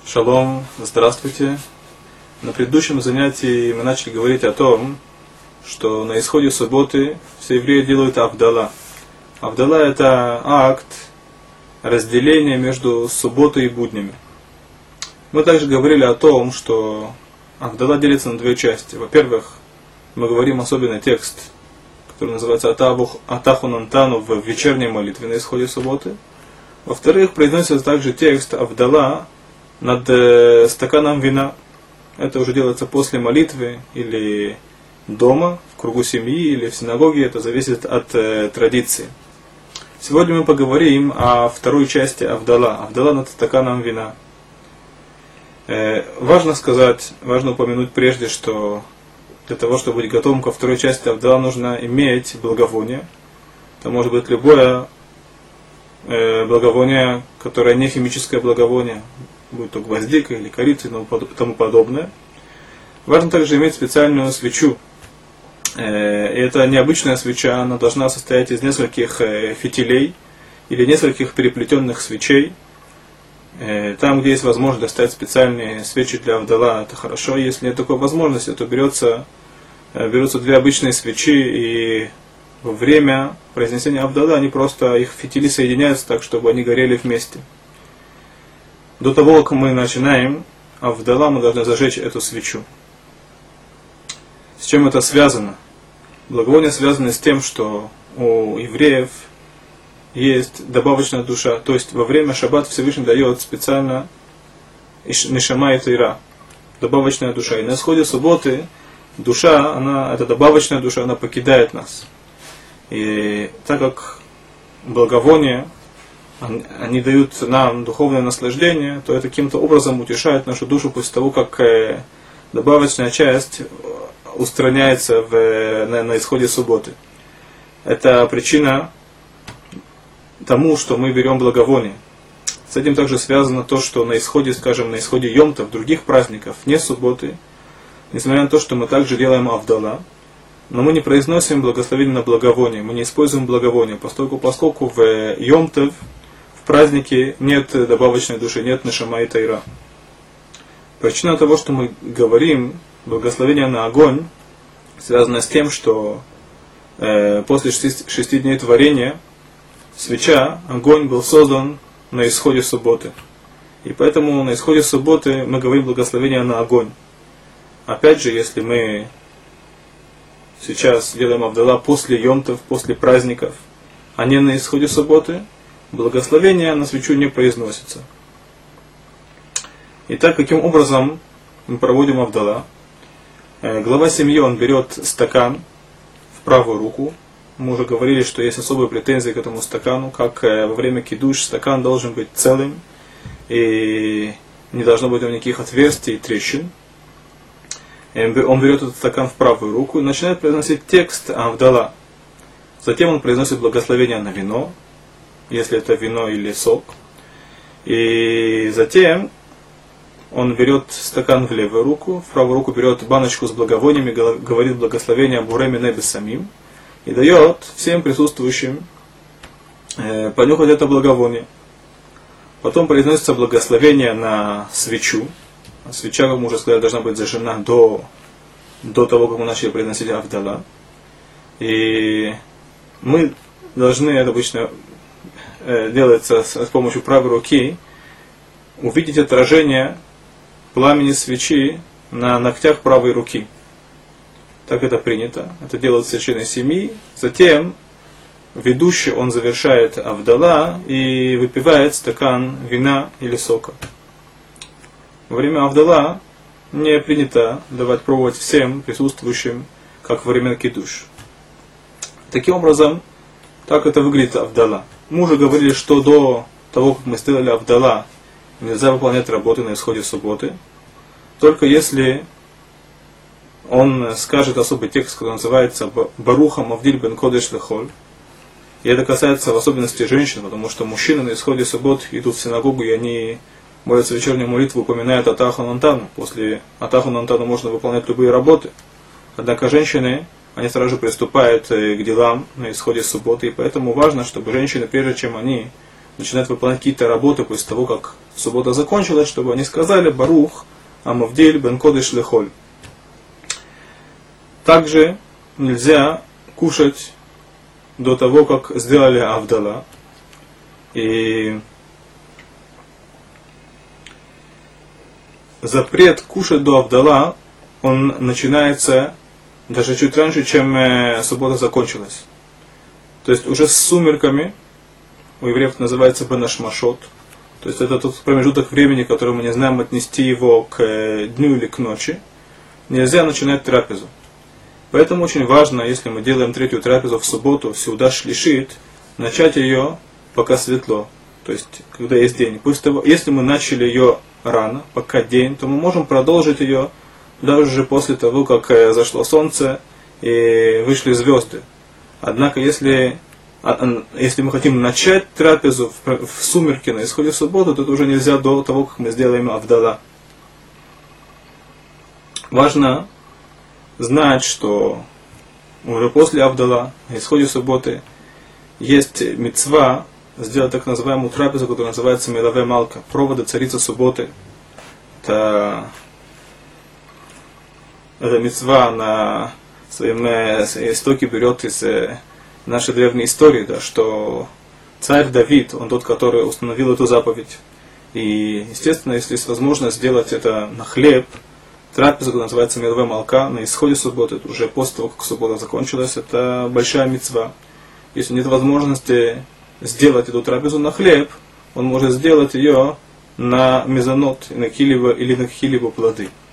Шалом, здравствуйте. На предыдущем занятии мы начали говорить о том, что на исходе субботы все евреи делают авдала. Авдала — это акт разделения между субботой и буднями. Мы также говорили о том, что авдала делится на две части. Во-первых, мы говорим особенно текст, который называется Атаху Нантану в вечерней молитве на исходе субботы. Во-вторых, произносится также текст авдала над стаканом вина. Это уже делается после молитвы или дома, в кругу семьи или в синагоге. Это зависит от традиции. Сегодня мы поговорим о второй части авдала. Авдала над стаканом вина. Важно упомянуть прежде, что для того, чтобы быть готовым ко второй части авдала, нужно иметь благовоние. Это может быть любое благовоние, которое не химическое благовоние, будь то гвоздика или корица и тому подобное. Важно также иметь специальную свечу. И это необычная свеча, она должна состоять из нескольких фитилей или нескольких переплетенных свечей. Там, где есть возможность достать специальные свечи для авдала, это хорошо. Если нет такой возможности, то берутся две обычные свечи, и во время произнесения авдала их фитили соединяются так, чтобы они горели вместе. До того, как мы начинаем авдала, мы должны зажечь эту свечу. С чем это связано? Благовоние связано с тем, что у евреев есть добавочная душа. То есть во время шаббат Всевышний дает специально нешама и тейра, добавочная душа. И на исходе субботы душа, эта добавочная душа, она покидает нас. И так как благовония, они дают нам духовное наслаждение, то это каким-то образом утешает нашу душу после того, как добавочная часть устраняется на исходе субботы. Это причина тому, что мы берем благовоние. С этим также связано то, что на исходе Йом-Тов, других праздников, не субботы, несмотря на то, что мы также делаем авдала, но мы не произносим благословение на благовоние, мы не используем благовоние, поскольку в Йом-Тов, в празднике, нет добавочной души, нет нешама и тайра. Причина того, что мы говорим благословение на огонь, связана с тем, что после 6 дней творения свеча, огонь был создан на исходе субботы. И поэтому на исходе субботы мы говорим благословение на огонь. Опять же, если мы сейчас делаем авдала после Йом-Тов, после праздников, а не на исходе субботы, благословение на свечу не произносится. Итак, каким образом мы проводим авдала? Глава семьи, он берет стакан в правую руку. Мы уже говорили, что есть особые претензии к этому стакану, как во время кидуш стакан должен быть целым, и не должно быть никаких отверстий и трещин. Он берет этот стакан в правую руку и начинает произносить текст авдала. Затем он произносит благословение на вино, если это вино или сок. И затем он берет стакан в левую руку, в правую руку берет баночку с благовониями, говорит благословение Буреме Небе Самим и дает всем присутствующим понюхать это благовоние. Потом произносится благословение на свечу. Свеча, как мы уже сказали, должна быть зажжена до того, как мы начали произносить авдала. И мы должны, это обычно делается с помощью правой руки, увидеть отражение пламени свечи на ногтях правой руки. Так это принято. Это делают все члены семьи. Затем ведущий, он завершает авдала и выпивает стакан вина или сока. Во время авдала не принято давать пробовать всем присутствующим, как во время кидуш. Таким образом, так это выглядит авдала. Мы уже говорили, что до того, как мы сделали авдала, нельзя выполнять работы на исходе субботы, только если он скажет особый текст, который называется «Баруха Мавдиль бен Кодеш лехоль». И это касается в особенности женщин, потому что мужчины на исходе суббот идут в синагогу, и они молятся вечернюю молитву, упоминают Атаху Нантану. После Атаху Нантану можно выполнять любые работы. Однако женщины, они сразу же приступают к делам на исходе субботы, и поэтому важно, чтобы женщины, прежде чем они начинают выполнять какие-то работы после того, как суббота закончилась, чтобы они сказали «Барух Амавдель бен Кодеш лехоль». Также нельзя кушать до того, как сделали Авдала. И запрет кушать до Авдала, он начинается даже чуть раньше, чем суббота закончилась. То есть уже с сумерками, у евреев это называется бенашмашот, то есть это тот промежуток времени, который мы не знаем отнести его к дню или к ночи, нельзя начинать трапезу. Поэтому очень важно, если мы делаем третью трапезу в субботу, сеуда шлишит, начать ее пока светло, то есть когда есть день. После того, если мы начали ее рано, пока день, то мы можем продолжить ее даже после того, как зашло солнце и вышли звезды. Однако, если мы хотим начать трапезу в сумерки на исходе субботы, то это уже нельзя до того, как мы сделаем Авдала. Важно знать, что уже после Авдала, на исходе субботы, есть мицва сделать так называемую трапезу, которая называется Мелаве Малка, проводы царицы субботы. Это мицва на своем истоке берет из нашей древней истории, да, что царь Давид, он тот, который установил эту заповедь. И, естественно, если есть возможность сделать это на хлеб, трапеза, которая называется Мелаве Малка, на исходе субботы, это уже после того, как суббота закончилась, это большая мицва. Если нет возможности сделать эту трапезу на хлеб, он может сделать ее на мезонот, на какие-либо плоды.